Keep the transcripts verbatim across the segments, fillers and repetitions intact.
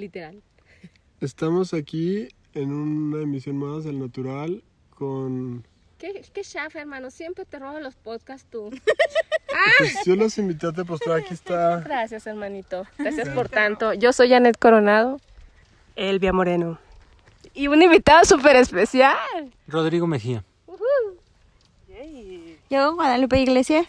literal. Estamos aquí en una emisión más del Natural con... ¿Qué, qué chafa, hermano? Siempre te robo los podcasts tú. Pues yo los invité a Tepoztlán, aquí está... Gracias, hermanito. Gracias por tanto. Yo soy Janet Coronado. Elvia Moreno. Y un invitado súper especial. Rodrigo Mejía. Uh-huh. Yo, Guadalupe Iglesias.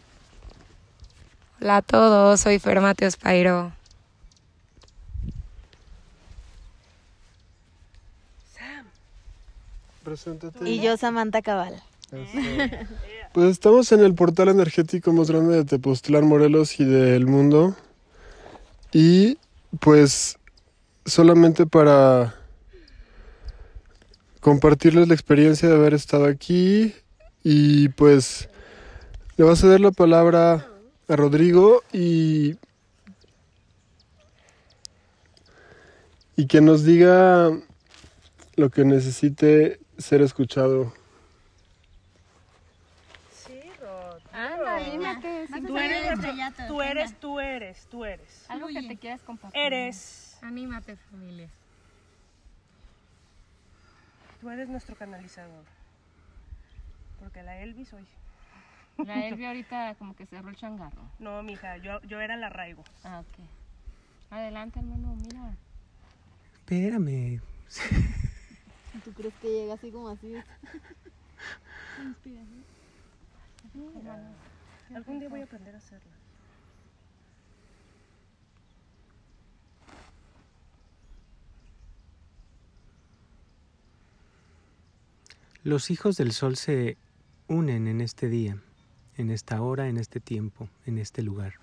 Hola a todos, soy Fer Mateos Pairo. Preséntate. Y yo, Samantha Cabal. Pues estamos en el portal energético más grande de Tepoztlán, Morelos y del mundo. Y pues solamente para compartirles la experiencia de haber estado aquí. Y pues le vas a dar la palabra a Rodrigo y, y que nos diga lo que necesite ser escuchado. Sí, Rod. Anda, dime qué es. Tú eres, tú eres, tú eres, tú eres. Algo que te quieras compartir. Eres, Anímate, familia. tú eres nuestro canalizador. Porque la Elvis soy. La Elvia ahorita como que cerró el changarro. No, mija, yo, yo era el arraigo. Ah, ok. Adelante, hermano, mira. Espérame. ¿Tú crees que llega así como así? Algún día voy a aprender a hacerla. Los hijos del sol se unen en este día, en esta hora, en este tiempo, en este lugar.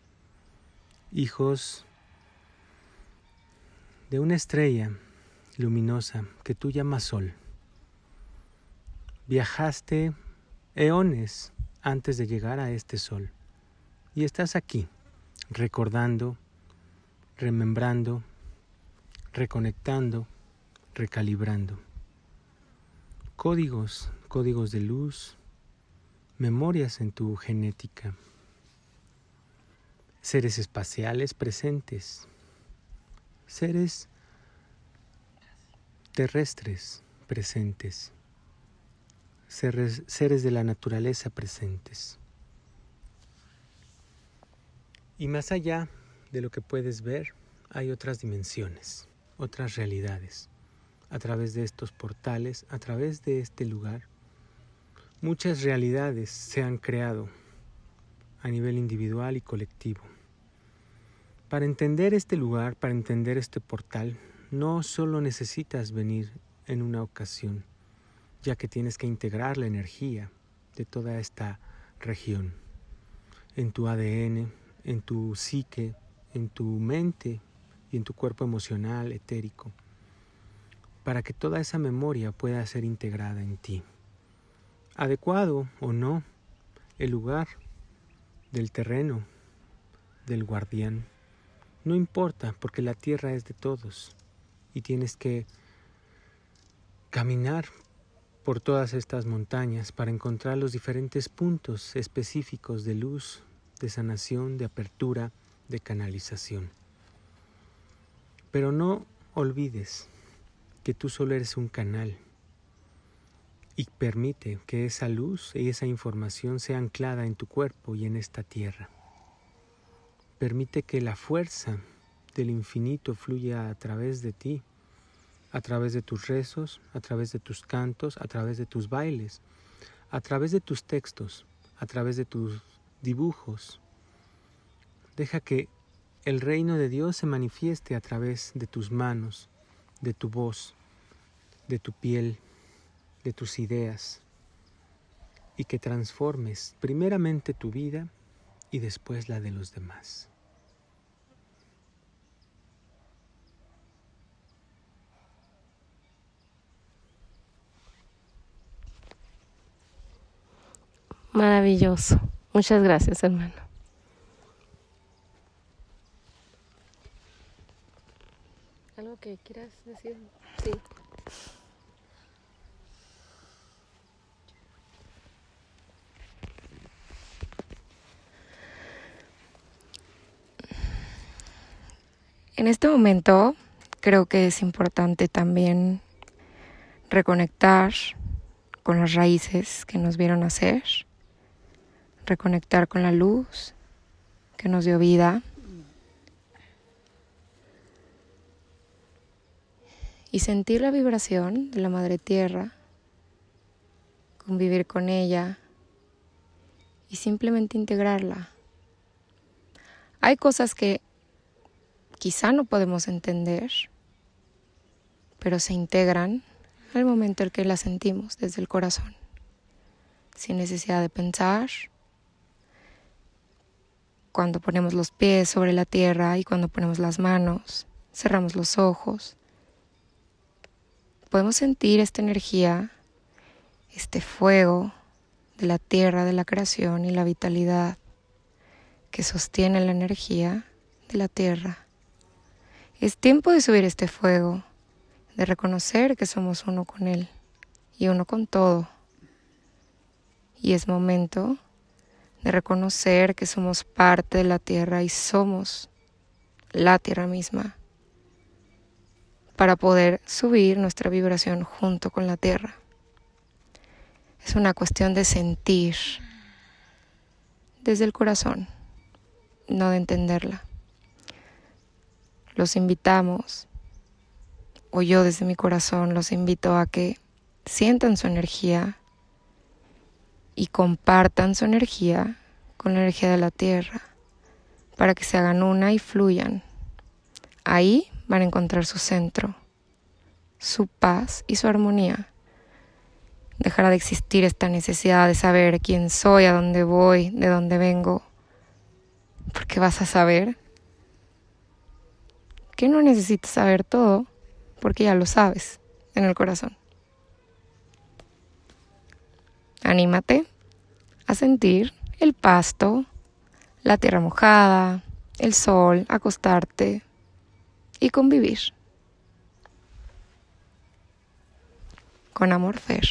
Hijos de una estrella luminosa que tú llamas sol. Viajaste eones antes de llegar a este sol y estás aquí, recordando, remembrando, reconectando, recalibrando. Códigos, códigos de luz, memorias en tu genética, seres espaciales presentes, seres terrestres presentes, seres, seres de la naturaleza presentes. Y más allá de lo que puedes ver, hay otras dimensiones, otras realidades. A través de estos portales, a través de este lugar, muchas realidades se han creado a nivel individual y colectivo. Para entender este lugar, para entender este portal, no solo necesitas venir en una ocasión, ya que tienes que integrar la energía de toda esta región, en tu A D N, en tu psique, en tu mente y en tu cuerpo emocional, etérico, para que toda esa memoria pueda ser integrada en ti. Adecuado o no, el lugar del terreno, del guardián, no importa porque la tierra es de todos y tienes que caminar por todas estas montañas para encontrar los diferentes puntos específicos de luz, de sanación, de apertura, de canalización. Pero no olvides que tú solo eres un canal y permite que esa luz y esa información sea anclada en tu cuerpo y en esta tierra. Permite que la fuerza del infinito fluya a través de ti, a través de tus rezos, a través de tus cantos, a través de tus bailes, a través de tus textos, a través de tus dibujos. Deja que el reino de Dios se manifieste a través de tus manos, de tu voz, de tu piel, de tus ideas, y que transformes primeramente tu vida y después la de los demás. Maravilloso. Muchas gracias, hermano. ¿Algo que quieras decir? Sí. En este momento creo que es importante también reconectar con las raíces que nos vieron nacer, reconectar con la luz que nos dio vida y sentir la vibración de la Madre Tierra, convivir con ella y simplemente integrarla. Hay cosas que quizá no podemos entender, pero se integran al momento en que las sentimos desde el corazón, sin necesidad de pensar. Cuando ponemos los pies sobre la tierra y cuando ponemos las manos, cerramos los ojos, podemos sentir esta energía, este fuego de la tierra, de la creación y la vitalidad que sostiene la energía de la tierra. Es tiempo de subir este fuego, de reconocer que somos uno con él y uno con todo. Y es momento de reconocer que somos parte de la tierra y somos la tierra misma, para poder subir nuestra vibración junto con la tierra. Es una cuestión de sentir desde el corazón, no de entenderla. Los invitamos, o yo desde mi corazón los invito a que sientan su energía y compartan su energía con la energía de la tierra, para que se hagan una y fluyan. Ahí van a encontrar su centro, su paz y su armonía. Dejará de existir esta necesidad de saber quién soy, a dónde voy, de dónde vengo, porque vas a saber que no necesitas saber todo, porque ya lo sabes en el corazón. Anímate a sentir el pasto, la tierra mojada, el sol, acostarte y convivir. Con amor, Fer.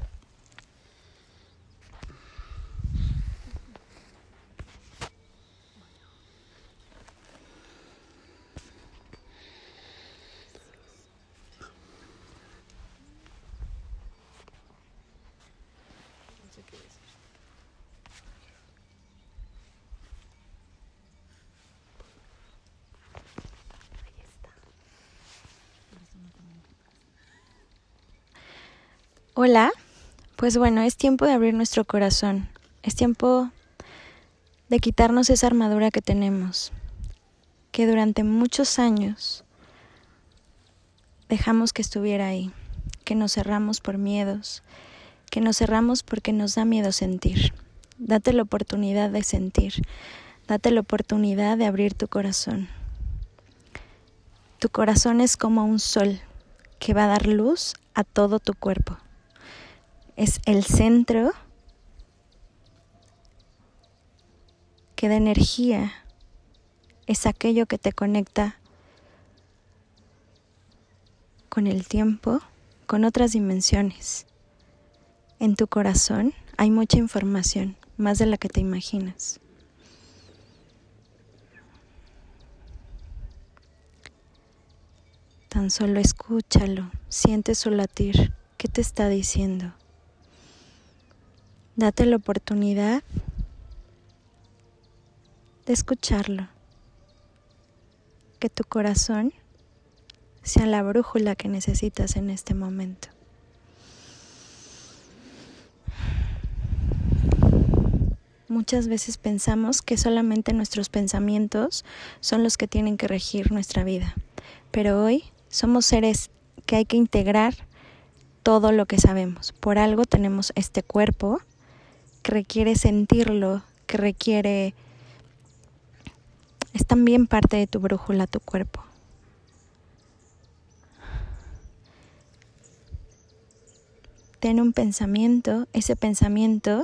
Hola, pues bueno, es tiempo de abrir nuestro corazón, es tiempo de quitarnos esa armadura que tenemos, que durante muchos años dejamos que estuviera ahí, que nos cerramos por miedos, que nos cerramos porque nos da miedo sentir. Date la oportunidad de sentir, date la oportunidad de abrir tu corazón. Tu corazón es como un sol que va a dar luz a todo tu cuerpo. Es el centro que da energía, es aquello que te conecta con el tiempo, con otras dimensiones. En tu corazón hay mucha información, más de la que te imaginas. Tan solo escúchalo, siente su latir. ¿Qué te está diciendo? Date la oportunidad de escucharlo. Que tu corazón sea la brújula que necesitas en este momento. Muchas veces pensamos que solamente nuestros pensamientos son los que tienen que regir nuestra vida, pero hoy somos seres que hay que integrar todo lo que sabemos. Por algo tenemos este cuerpo que requiere sentirlo, que requiere... Es también parte de tu brújula, tu cuerpo. Ten un pensamiento, ese pensamiento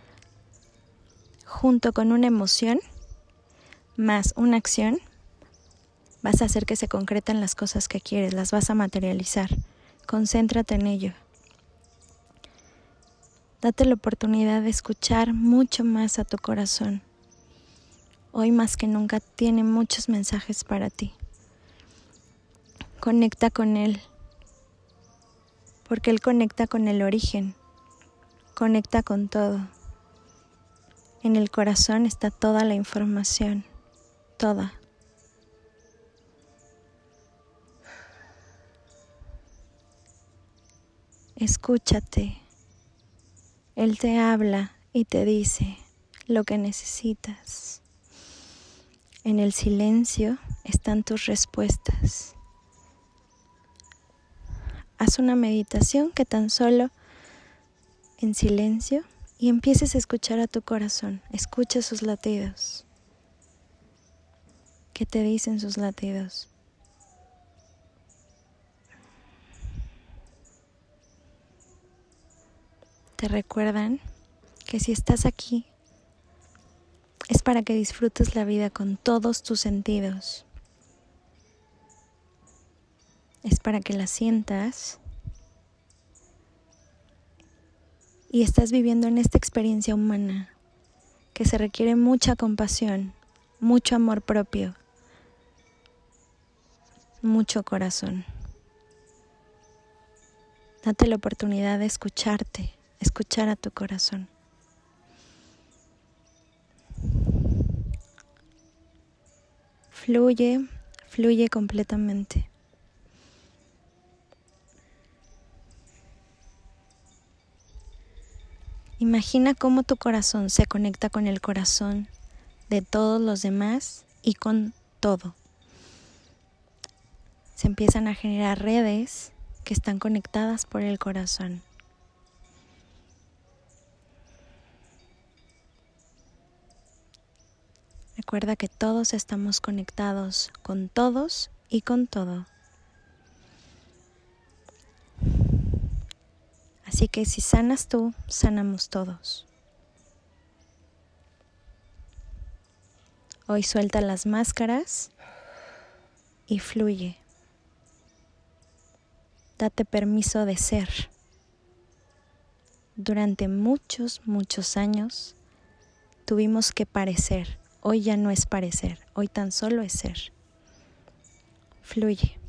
junto con una emoción más una acción, vas a hacer que se concreten las cosas que quieres, las vas a materializar. Concéntrate en ello. Date la oportunidad de escuchar mucho más a tu corazón. Hoy más que nunca tiene muchos mensajes para ti. conecta con Él, porque Él conecta con el origen, conecta con todo. En el corazón está toda la información, toda. Escúchate. Él te habla y te dice lo que necesitas. En el silencio están tus respuestas. Haz una meditación que tan solo en silencio y empieces a escuchar a tu corazón. Escucha sus latidos. ¿Qué te dicen sus latidos? Te recuerdan que si estás aquí es para que disfrutes la vida con todos tus sentidos. Es para que la sientas y estás viviendo en esta experiencia humana que se requiere mucha compasión, mucho amor propio, mucho corazón. Date la oportunidad de escucharte, escuchar a tu corazón. Fluye, fluye completamente. Imagina cómo tu corazón se conecta con el corazón de todos los demás y con todo. Se empiezan a generar redes que están conectadas por el corazón. Recuerda que todos estamos conectados con todos y con todo. Así que si sanas tú, sanamos todos. Hoy suelta las máscaras y fluye. Date permiso de ser. Durante muchos, muchos años tuvimos que parecer. Hoy ya no es parecer, hoy tan solo es ser. Fluye.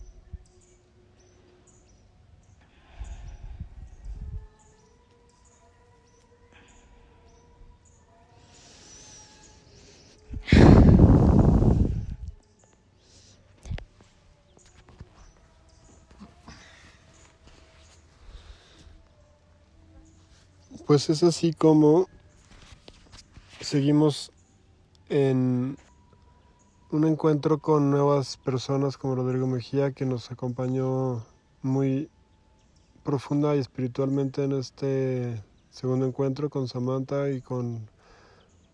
Pues es así como seguimos en un encuentro con nuevas personas como Rodrigo Mejía, que nos acompañó muy profunda y espiritualmente en este segundo encuentro con Samantha y con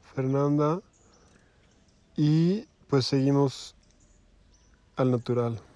Fernanda, y pues seguimos al natural.